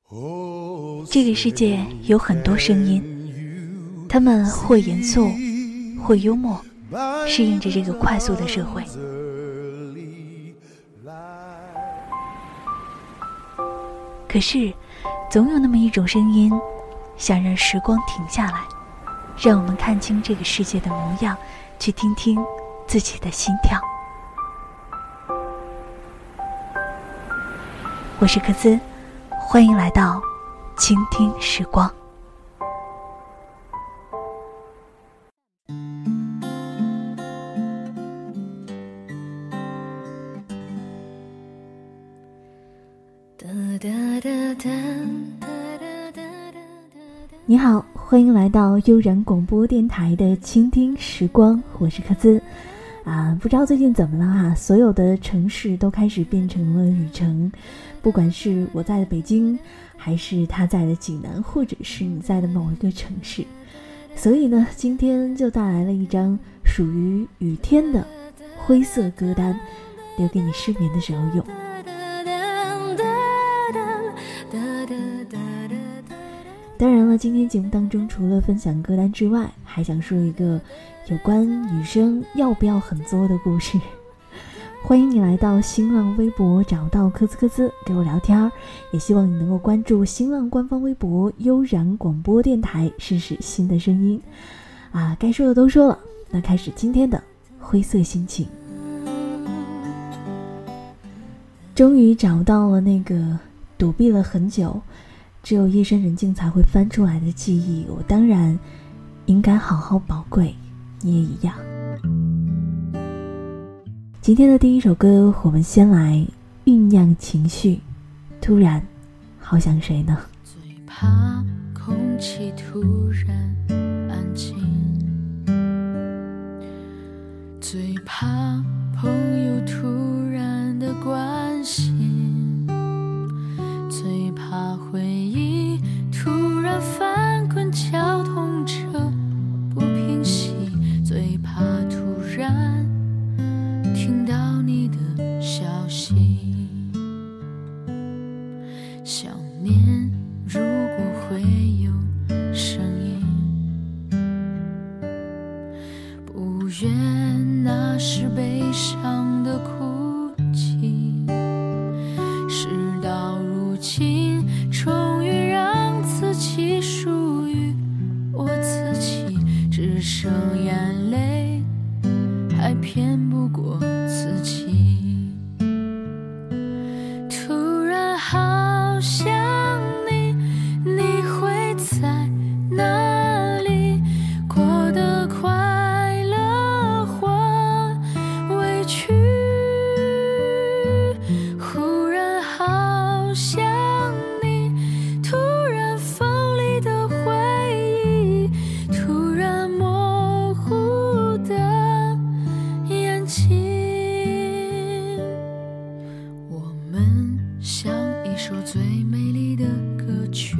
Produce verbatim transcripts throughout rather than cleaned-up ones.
这个世界有很多声音，他们或严肃，或幽默，适应着这个快速的社会。可是，总有那么一种声音，想让时光停下来，让我们看清这个世界的模样，去听听自己的心跳。我是柯兹，欢迎来到倾听时光。你好，欢迎来到悠然广播电台的倾听时光，我是柯兹啊，不知道最近怎么了哈，所有的城市都开始变成了雨城，不管是我在的北京，还是他在的济南，或者是你在的某一个城市。所以呢，今天就带来了一张属于雨天的灰色歌单，留给你失眠的时候用。当然了，今天节目当中除了分享歌单之外，还想说一个有关女生要不要很作的故事。欢迎你来到新浪微博找到科兹科兹给我聊天，也希望你能够关注新浪官方微博悠然广播电台，试试新的声音啊！该说的都说了，那开始今天的灰色心情。终于找到了那个躲避了很久，只有夜深人静才会翻出来的记忆，我当然应该好好宝贵，你也一样。今天的第一首歌，我们先来酝酿情绪。突然好想谁呢？ 最怕空气突然安静，最怕朋友突然的关心，最怕回忆突然翻滚，交通车不平息，最怕突然听到你的消息。想念如果会有声音，不愿那是悲伤的哭泣，事到如今终于让自己属于我自己，只剩眼泪还骗不过自己。突然好想你，你会在哪里？过得快乐或委屈。忽然好想你，突然锋利的回忆，突然模糊的眼睛。我们像一首最美丽的歌曲，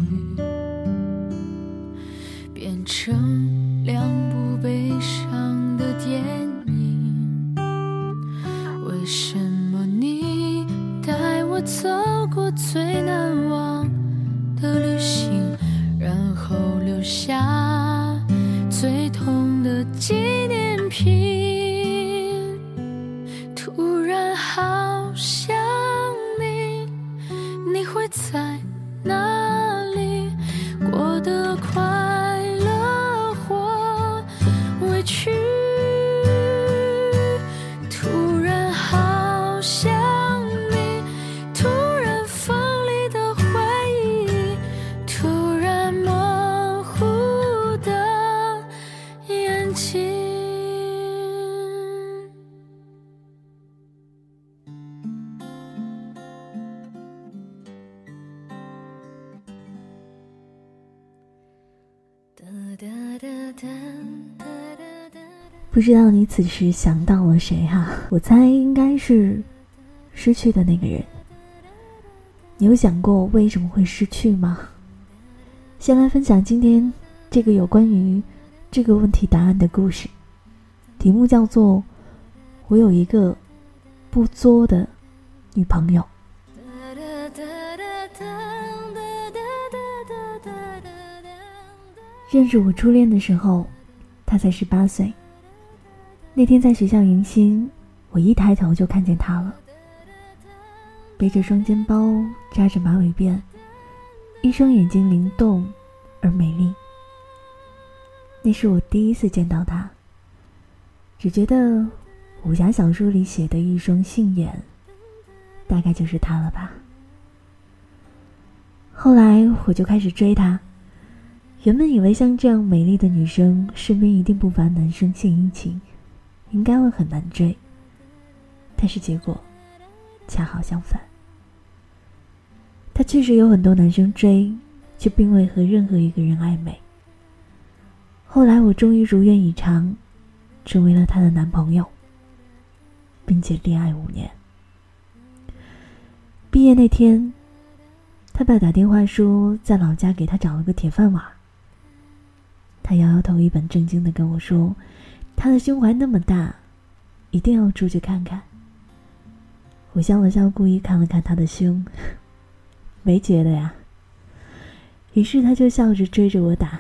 变成两部悲伤的电影。为什么你带我走过最难忘的旅行，然后留下最痛的纪念品？突然好想你，你会在哪里？过得快乐或委屈。突然好想你，突然锋利的回忆，突然模糊的眼睛。 不知道你此时想到了谁哈？我猜应该是失去的那个人。你有想过为什么会失去吗？先来分享今天这个有关于这个问题答案的故事，题目叫做我有一个不作的女朋友。 认识我初恋的时候，他才十八岁。那天在学校迎新，我一抬头就看见他了，背着双肩包，扎着马尾辫，一双眼睛灵动而美丽。那是我第一次见到他，只觉得武侠小说里写的一双杏眼，大概就是他了吧。后来我就开始追他，原本以为像这样美丽的女生，身边一定不乏男生献殷勤，应该会很难追。但是结果恰好相反，他确实有很多男生追，却并未和任何一个人暧昧。后来我终于如愿以偿，成为了他的男朋友，并且恋爱五年。毕业那天，他爸打电话说在老家给他找了个铁饭碗。他摇摇头，一本正经地跟我说，他的胸怀那么大，一定要出去看看。我笑了笑，故意看了看他的胸，没觉得呀。于是他就笑着追着我打。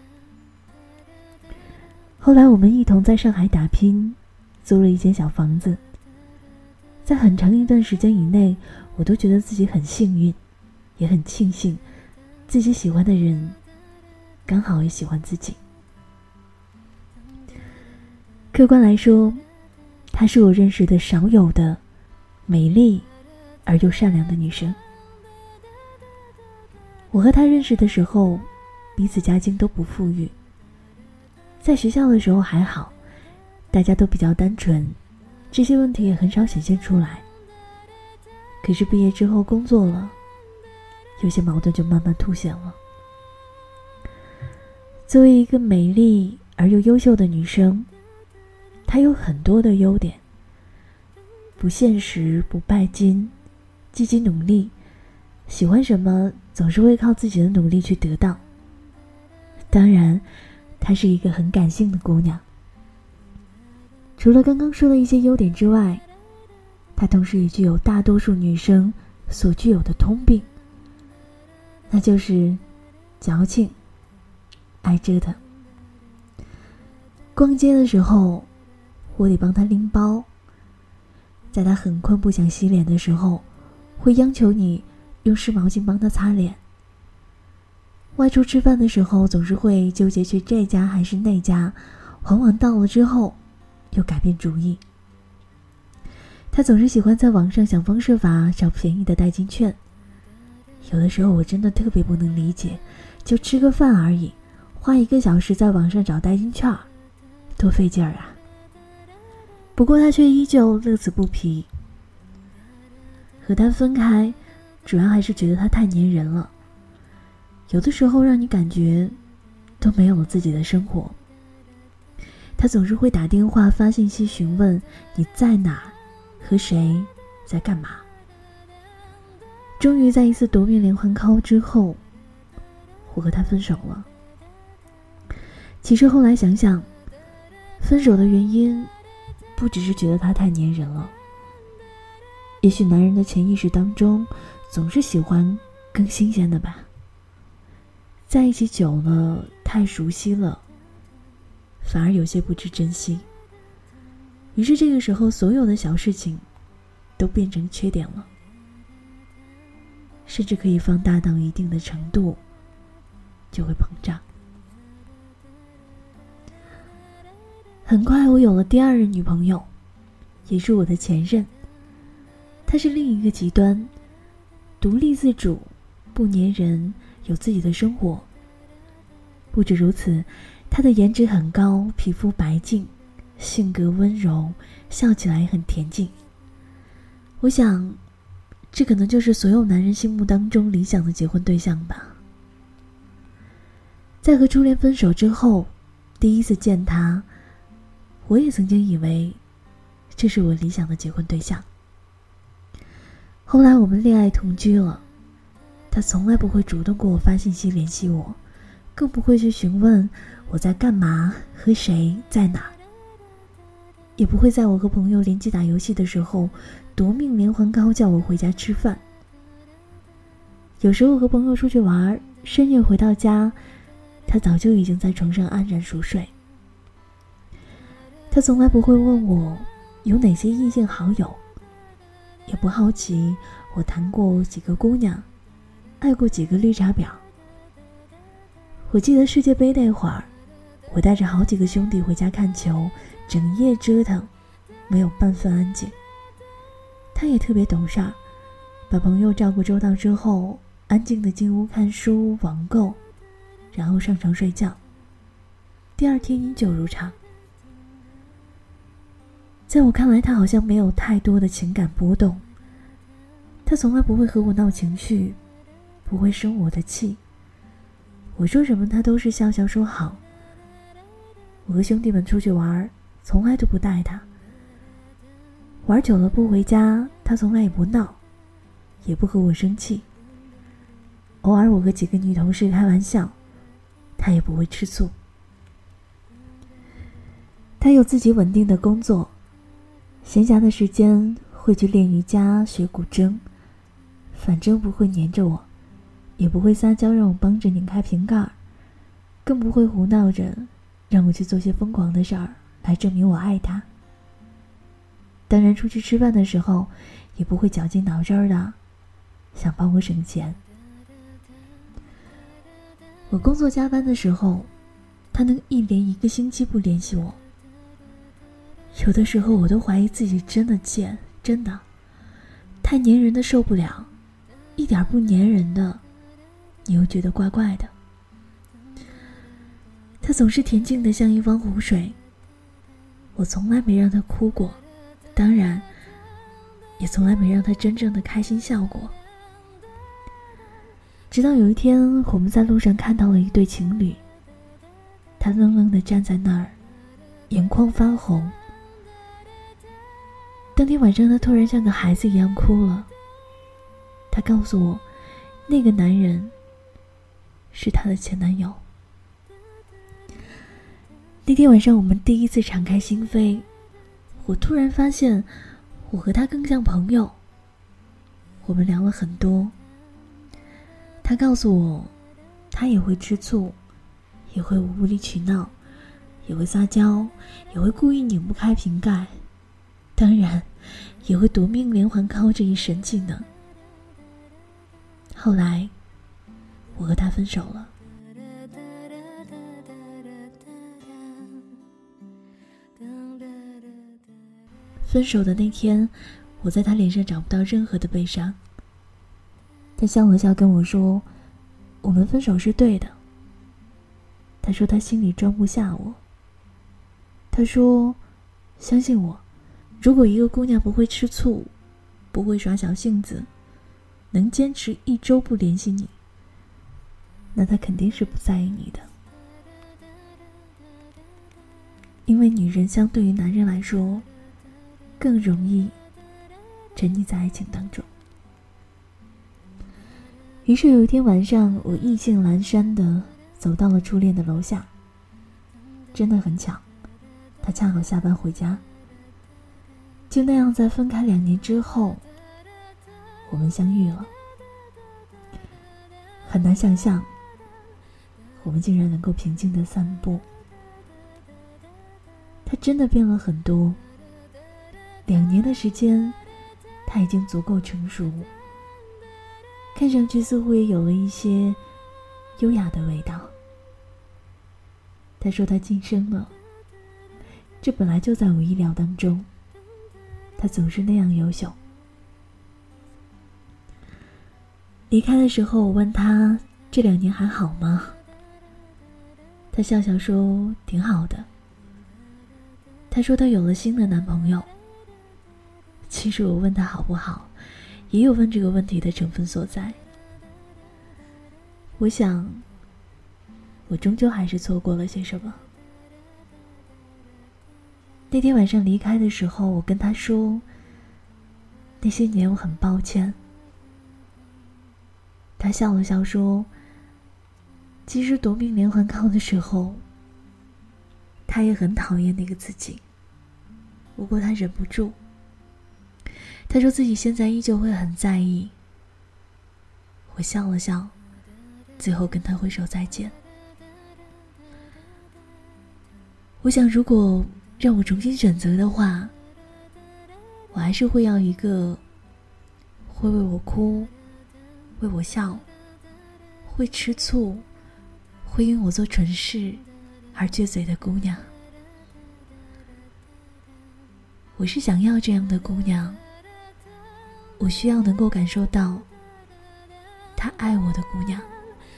后来我们一同在上海打拼，租了一间小房子。在很长一段时间以内，我都觉得自己很幸运，也很庆幸自己喜欢的人刚好也喜欢自己。客观来说，她是我认识的少有的美丽而又善良的女生。我和她认识的时候，彼此家境都不富裕。在学校的时候还好，大家都比较单纯，这些问题也很少显现出来。可是毕业之后工作了，有些矛盾就慢慢凸显了。作为一个美丽而又优秀的女生，她有很多的优点，不现实，不拜金，积极努力，喜欢什么总是会靠自己的努力去得到。当然她是一个很感性的姑娘。除了刚刚说的一些优点之外，她同时也具有大多数女生所具有的通病，那就是矫情，爱折腾。逛街的时候，我得帮她拎包，在她很困不想洗脸的时候，会央求你用湿毛巾帮她擦脸。外出吃饭的时候，总是会纠结去这家还是那家，往往到了之后又改变主意。他总是喜欢在网上想方设法找便宜的代金券，有的时候我真的特别不能理解，就吃个饭而已，花一个小时在网上找代金券，多费劲儿啊。不过他却依旧乐此不疲。和他分开，主要还是觉得他太粘人了，有的时候让你感觉都没有了自己的生活。他总是会打电话发信息询问你在哪，和谁在干嘛。终于在一次夺命连环 call 之后，我和他分手了。其实后来想想，分手的原因不只是觉得他太粘人了，也许男人的潜意识当中总是喜欢更新鲜的吧。在一起久了，太熟悉了，反而有些不知珍惜。于是这个时候，所有的小事情都变成缺点了，甚至可以放大到一定的程度，就会膨胀。很快我有了第二任女朋友，也是我的前任。她是另一个极端，独立自主，不粘人，有自己的生活。不止如此，她的颜值很高，皮肤白净，性格温柔，笑起来很恬静。我想这可能就是所有男人心目当中理想的结婚对象吧。在和初恋分手之后，第一次见他，我也曾经以为这是我理想的结婚对象。后来我们恋爱同居了，他从来不会主动给我发信息联系我，更不会去询问我在干嘛，和谁在哪，也不会在我和朋友联机打游戏的时候夺命连环call叫我回家吃饭。有时候和朋友出去玩，深夜回到家， 他早就已经在床上安然熟睡。他从来不会问我有哪些异性好友，也不好奇我谈过几个姑娘，爱过几个绿茶婊。我记得世界杯那会儿，我带着好几个兄弟回家看球，整夜折腾，没有半分安静。他也特别懂事儿，把朋友照顾周到之后，安静地进屋看书、网购，然后上床睡觉。第二天依旧如常。在我看来，他好像没有太多的情感波动，他从来不会和我闹情绪，不会生我的气。我说什么他都是笑笑说好。我和兄弟们出去玩，从来都不带他。玩久了不回家，他从来也不闹，也不和我生气。偶尔我和几个女同事开玩笑，他也不会吃醋。他有自己稳定的工作，闲暇的时间会去练瑜伽、学古筝，反正不会黏着我，也不会撒娇让我帮着拧开瓶盖，更不会胡闹着让我去做些疯狂的事儿来证明我爱他。当然出去吃饭的时候也不会绞尽脑汁的想帮我省钱。我工作加班的时候，他能一连一个星期不联系我。有的时候我都怀疑自己真的贱，真的太粘人的受不了，一点不粘人的你又觉得怪怪的。他总是恬静的像一汪湖水，我从来没让他哭过，当然也从来没让他真正的开心笑过。直到有一天，我们在路上看到了一对情侣，他愣愣地站在那儿，眼眶发红。当天晚上，他突然像个孩子一样哭了。他告诉我，那个男人是他的前男友。那天晚上，我们第一次敞开心扉，我突然发现，我和他更像朋友。我们聊了很多。他告诉我，他也会吃醋，也会无理取闹，也会撒娇，也会故意拧不开瓶盖，当然也会夺命连环靠这一神技能。后来我和他分手了。分手的那天，我在他脸上找不到任何的悲伤。他笑了笑跟我说，我们分手是对的。他说他心里装不下我。他说，相信我，如果一个姑娘不会吃醋，不会耍小性子，能坚持一周不联系你，那她肯定是不在意你的。因为女人相对于男人来说，更容易沉溺在爱情当中。于是有一天晚上，我意兴阑珊地走到了初恋的楼下。真的很巧，他恰好下班回家。就那样，在分开两年之后，我们相遇了。很难想象，我们竟然能够平静地散步。他真的变了很多。两年的时间，他已经足够成熟，看上去似乎也有了一些优雅的味道。他说他晋升了，这本来就在我意料当中，他总是那样优秀。离开的时候，我问他这两年还好吗？他笑笑说挺好的。他说他有了新的男朋友。其实我问他好不好，也有问这个问题的成分所在。我想，我终究还是错过了些什么。那天晚上离开的时候，我跟他说，那些年我很抱歉。他笑了笑说，其实夺命连环靠的时候，他也很讨厌那个自己，不过他忍不住。他说自己现在依旧会很在意。我笑了笑，最后跟他挥手再见。 我想如果让我重新选择的话，我还是会要一个会为我哭，为我笑，会吃醋，会因我做蠢事而撅嘴的姑娘。我是想要这样的姑娘，我需要能够感受到她爱我的姑娘。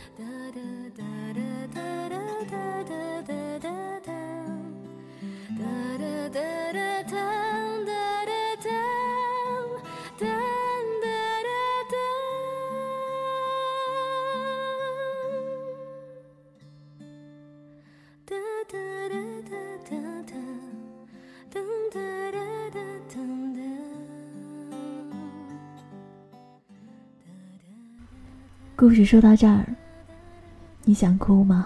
故事说到这儿，你想哭吗？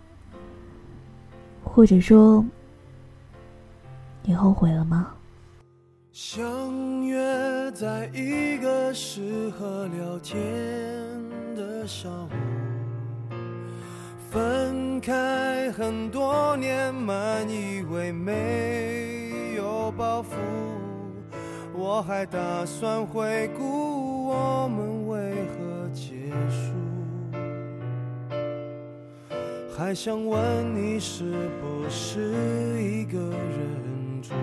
或者说，你后悔了吗？ 相约在一个适合聊天的上午，分开很多年，满以为没有包袱，我还打算回顾我们为何结束，还想问你是不是一个人住。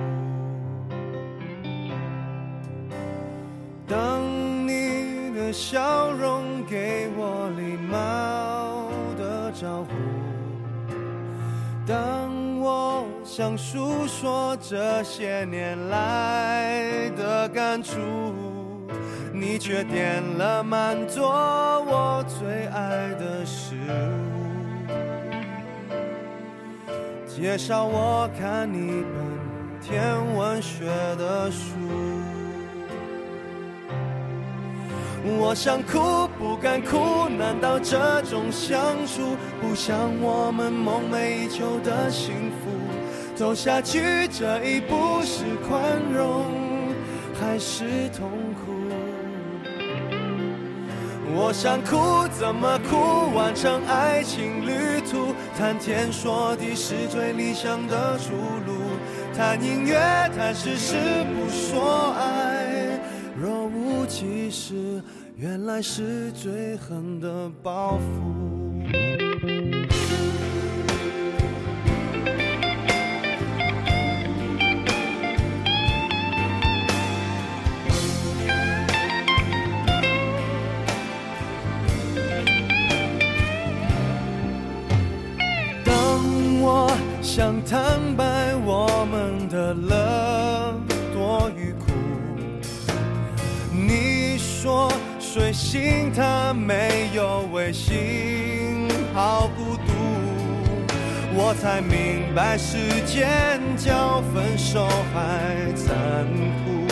当你的笑容给我礼貌的招呼，当我想诉说这些年来的感触，你却点了满桌我最爱的食物，介绍我看一本天文学的书。我想哭不敢哭，难道这种相处不像我们梦寐以求的幸福？走下去这一步是宽容还是痛苦？我想哭怎么哭，完成爱情旅途，谈天说地是最理想的出路，谈音乐谈事实不说爱，若无其事原来是最狠的报复。想坦白我们的乐多与苦，你说睡醒它没有微信好孤独，我才明白时间较分手还残酷，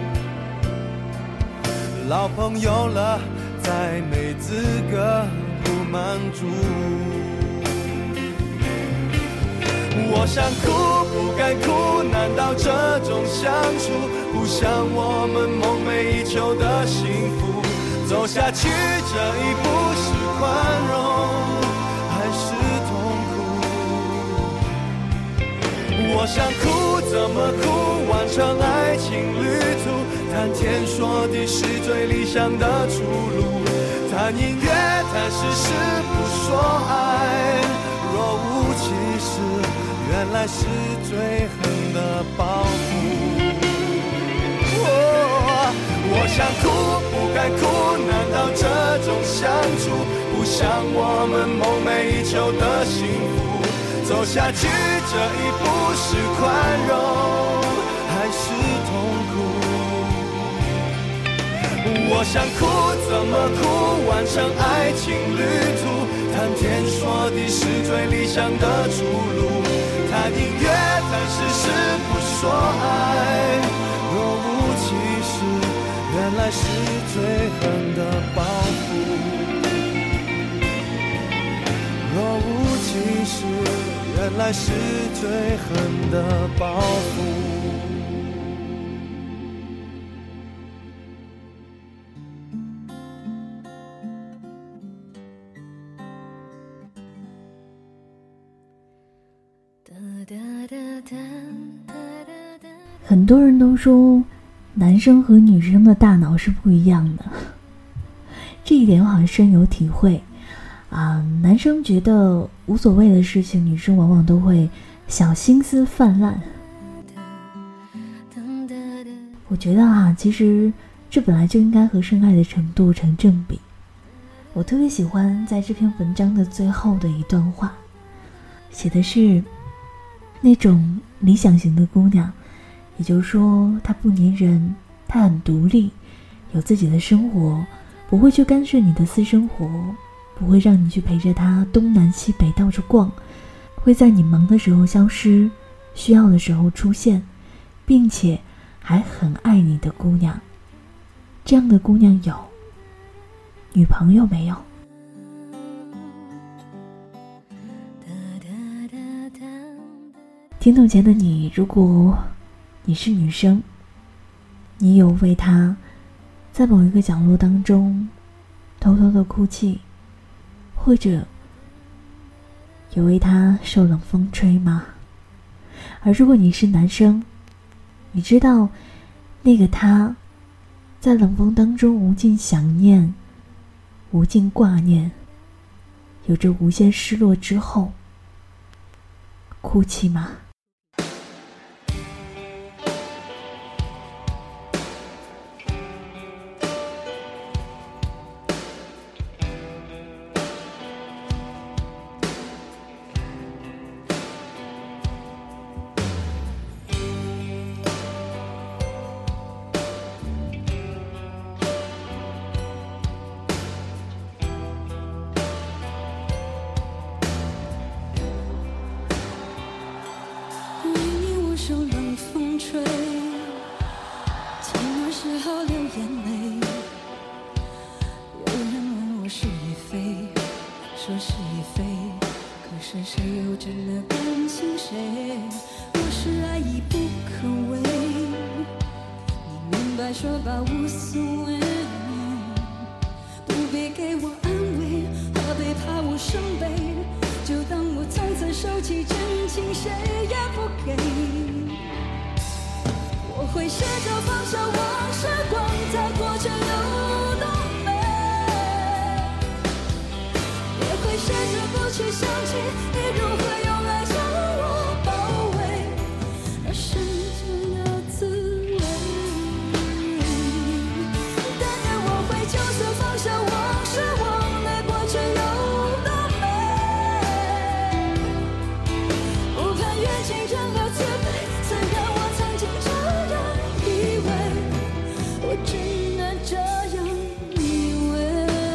老朋友了再没资格不满足。我想哭不敢哭，难道这种相处不像我们梦寐以求的幸福？走下去这一步是宽容还是痛苦？我想哭怎么哭，完成爱情旅途，谈天说地是最理想的出路，谈音乐谈事实不说爱，若无其事原来是最狠的报复。哦，我想哭不敢哭，难道这种相处不像我们梦寐以求的幸福？走下去这一步是宽容还是痛苦？我想哭怎么哭，完成爱情旅途，谈天说地是最理想的出路，谈音乐谈事实不说爱，若无其事原来是最狠的报复，若无其事原来是最狠的报复。 很多人都说男生和女生的大脑是不一样的，这一点我好像深有体会啊。男生觉得无所谓的事情，女生往往都会小心思泛滥。我觉得啊，其实这本来就应该和深爱的程度成正比。我特别喜欢在这篇文章的最后的一段话，写的是那种理想型的姑娘，也就是说她不粘人，她很独立，有自己的生活，不会去干涉你的私生活，不会让你去陪着她东南西北到处逛，会在你忙的时候消失，需要的时候出现，并且还很爱你的姑娘。这样的姑娘有，女朋友没有？听筒前的你，如果你是女生，你有为她在某一个角落当中偷偷的哭泣，或者有为她受冷风吹吗？而如果你是男生，你知道那个他在冷风当中无尽想念，无尽挂念，有着无限失落之后哭泣吗？ 受冷风吹，寂寞时候流眼泪。有人问我是与非，说是与非，可是谁又真的关心谁？若是爱已不可为，你明白说吧无所谓，不必给我安慰，何必怕我伤悲？就当我从此收起真情，谁也不给。我会试着放下往事，光它过去有多美，也会试着不去想起你如何用爱将我包围，那深沉的滋味。但愿我会就算放下往事，忘了过去有多美，不怕缘尽人了慈悲。虽然我曾经这样以为，我真的这样以为。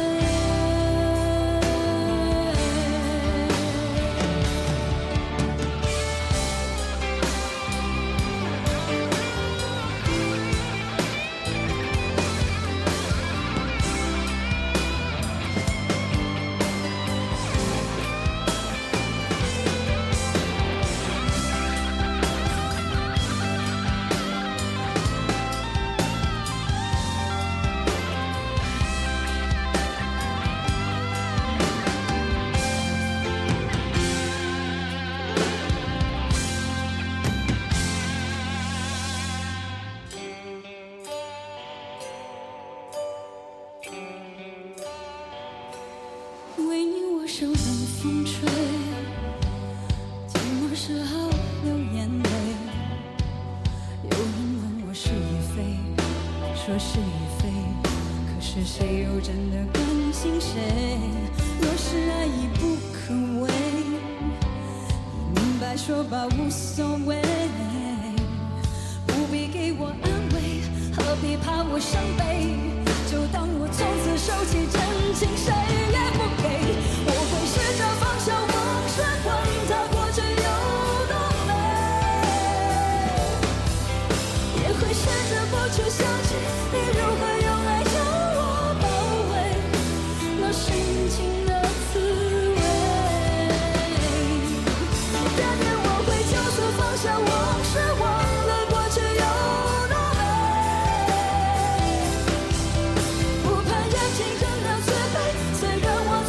为你我受冷风吹，寂寞时候流眼泪。有人问我是与非，说是与非，可是谁又真的关心谁？若是爱已不可为，你明白说吧无所谓，不必给我安慰，何必怕我伤悲？就当我从此收起真情，谁也不给。我会试着放下往事，管它过去有多美，也会试着不去想起你如何用爱将我包围，那深情的滋味。但愿我会就算放下往事，忘了过去有多美，不怕缘尽人了慈悲。虽然我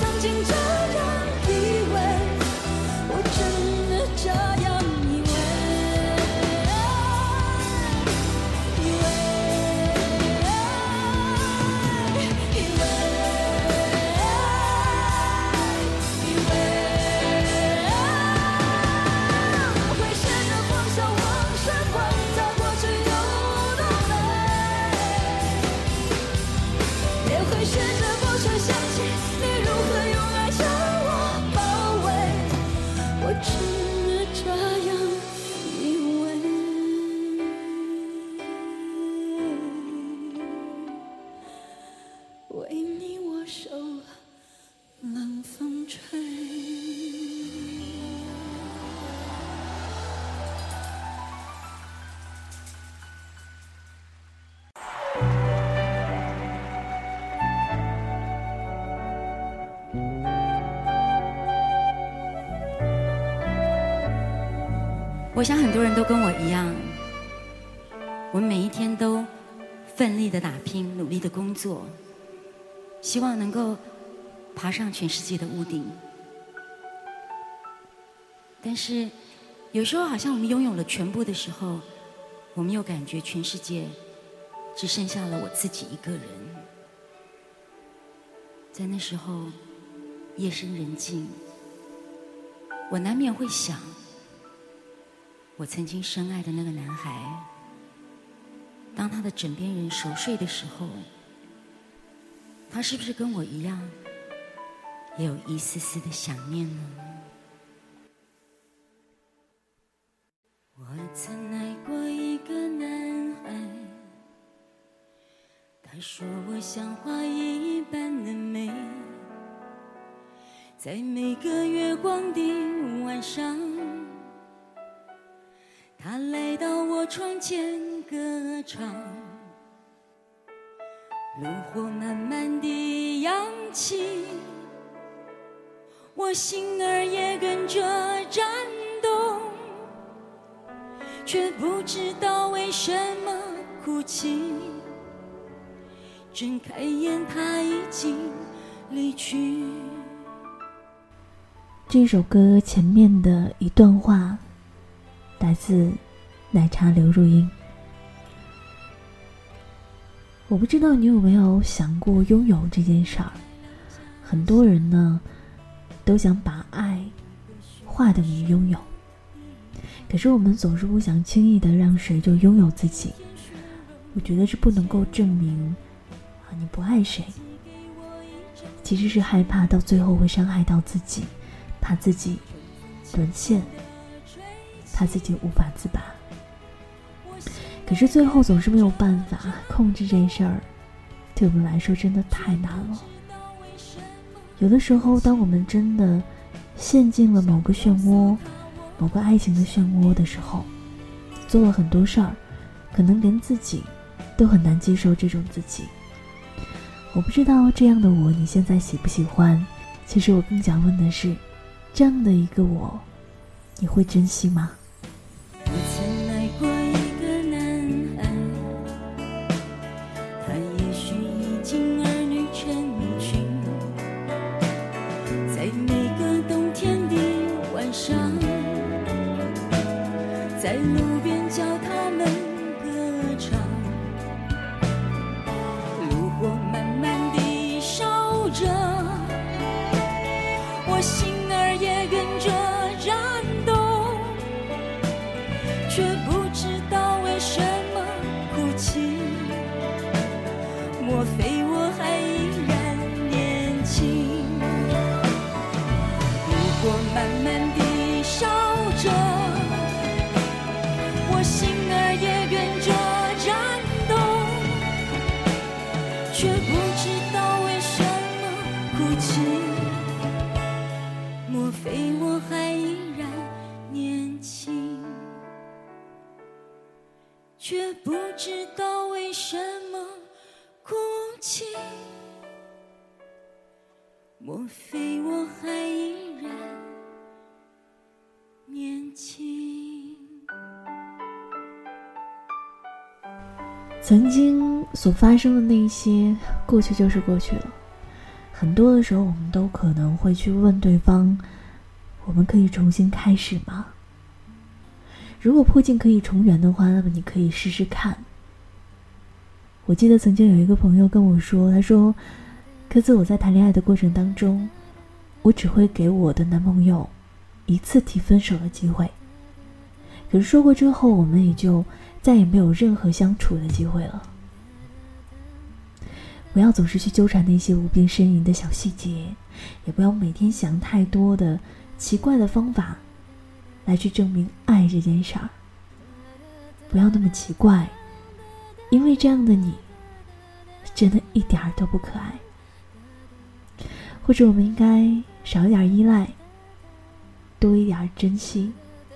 吹。 我想很多人都跟我一样，我们每一天都奋力的打拼，努力的工作，希望能够爬上全世界的屋顶。但是有时候好像我们拥有了全部的时候，我们又感觉全世界只剩下了我自己一个人。在那时候夜深人静，我难免会想，我曾经深爱的那个男孩，当他的枕边人熟睡的时候，他是不是跟我一样，也有一丝丝的想念呢？我曾爱过一个男孩，他说我像花一般的美，在每个月光的晚上，他来到我床前歌唱，炉火慢慢地扬起，我心儿也跟着颤动，却不知道为什么哭泣。睁开眼，他已经离去。 这首歌前面的一段话来自奶茶刘若英。我不知道你有没有想过拥有这件事儿，很多人呢都想把爱化等于拥有，可是我们总是不想轻易的让谁就拥有自己。我觉得这不能够证明啊你不爱谁，其实是害怕到最后会伤害到自己，怕自己沦陷，怕自己无法自拔。可是最后总是没有办法控制这事儿，对我们来说真的太难了。有的时候当我们真的陷进了某个漩涡，某个爱情的漩涡的时候，做了很多事儿，可能连自己都很难接受这种自己。我不知道这样的我你现在喜不喜欢，其实我更想问的是，这样的一个我你会珍惜吗？ 我曾爱过一个男孩，他也许已经儿女成群，在每个冬天的晚上，在路边教他们歌唱，炉火慢慢地烧着，我心儿也跟着颤动，却不知道为什么哭泣。莫非我还依然年轻？炉火慢慢地烧着，我心儿也跟着颤动，却不知道为什么哭泣。莫非我还依然年轻，却不知道为什么哭泣？莫非我还依然年轻？ 曾经所发生的那些过去就是过去了，很多的时候我们都可能会去问对方，我们可以重新开始吗？如果破镜可以重圆的话，那么你可以试试看。我记得曾经有一个朋友跟我说，他说，可是我在谈恋爱的过程当中，我只会给我的男朋友一次提分手的机会，可是说过之后，我们也就再也没有任何相处的机会了。不要总是去纠缠那些无病呻吟的小细节，也不要每天想太多的奇怪的方法来去证明爱这件事儿。不要那么奇怪，因为这样的你真的一点儿都不可爱。或者我们应该少一点依赖，多一点珍惜。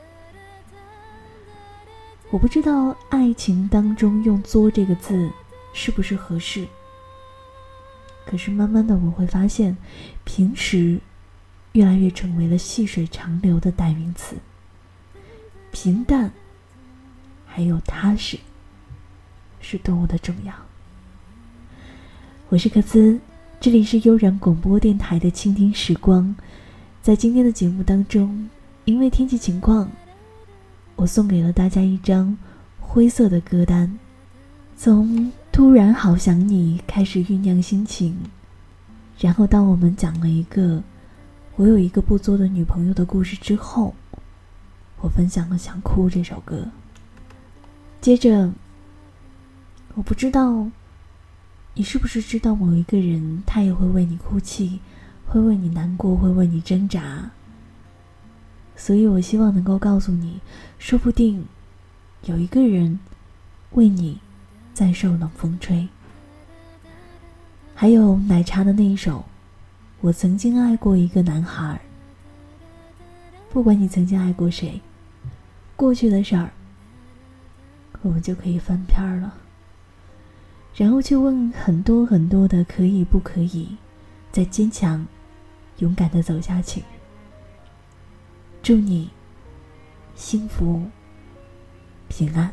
我不知道爱情当中用作这个字是不是合适，可是慢慢的我会发现，平时越来越成为了细水长流的代名词。平淡还有踏实是多么的重要。我是克孜，这里是悠然广播电台的倾听时光。在今天的节目当中，因为天气情况，我送给了大家一张灰色的歌单，从突然好想你开始酝酿心情，然后当我们讲了一个我有一个不作的女朋友的故事之后，我分享了想哭这首歌。接着，我不知道你是不是知道某一个人，他也会为你哭泣，会为你难过，会为你挣扎。所以我希望能够告诉你，说不定有一个人为你在受冷风吹。还有奶茶的那一首我曾经爱过一个男孩。不管你曾经爱过谁，过去的事儿我们就可以翻篇了，然后去问很多很多的可以不可以，再坚强勇敢地走下去。祝你幸福平安。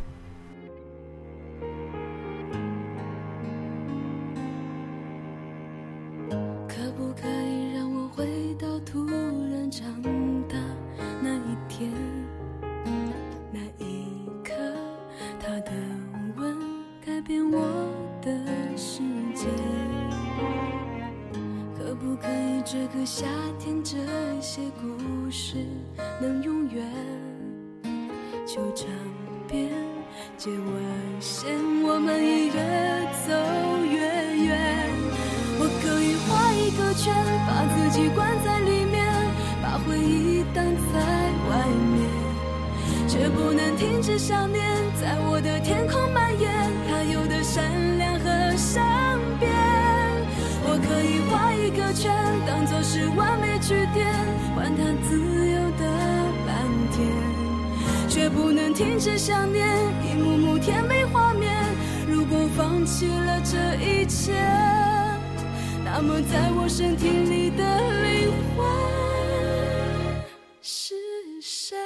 可不可以让我回到突然长大那一天，那一刻他的吻改变我的世界。可不可以这个夏天这些故事能永远就这边接完线，我们已越走越远。我可以画一个圈，把自己关在里面，把回忆挡在外面，却不能停止想念，在我的天空蔓延，它有的善良和善变。我可以画一个圈，当作是完美句点，还它自由的蓝天，却不能停止想念，一幕幕甜美画面。如果放弃了这一切，那么在我身体里的灵魂是谁？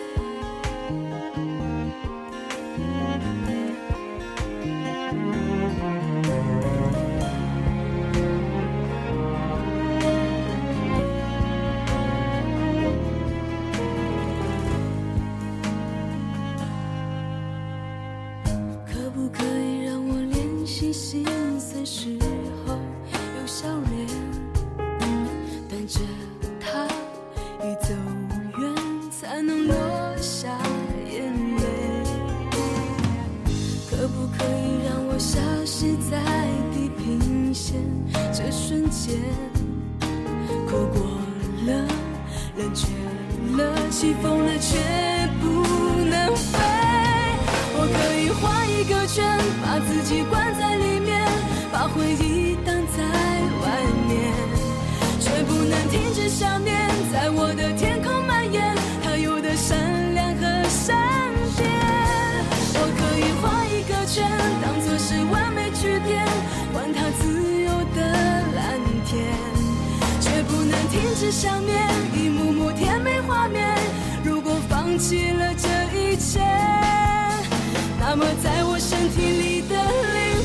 可不可以让我练习心碎时候有笑脸，等着他一走远才能落下眼泪？可不可以让我消失在地平线这瞬间，哭过了，冷却了，起风了，却不能飞。我可以画一个圈，把自己关在里面，把回忆挡在外面，却不能停止想念，在我的天空蔓延，它有的善良和善变。我可以画一个圈，当作是完美句点，还它自由的蓝天，却不能停止想念，一幕幕甜美画面。如果放弃了这一切，那么在我身体里的灵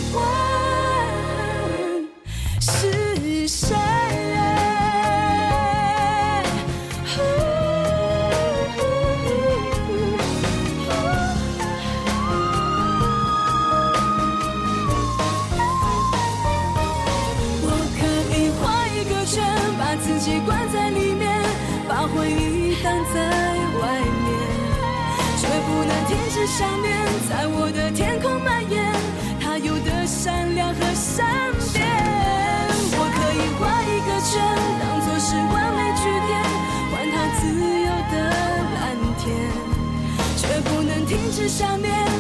魂是谁？我可以画一个圈，把自己关在里面，把回忆挡在外面，却不能停止想念，在我的天空蔓延，它有的善良和善变。我可以画一个圈，当作是完美句点，还它自由的蓝天，却不能停止想念，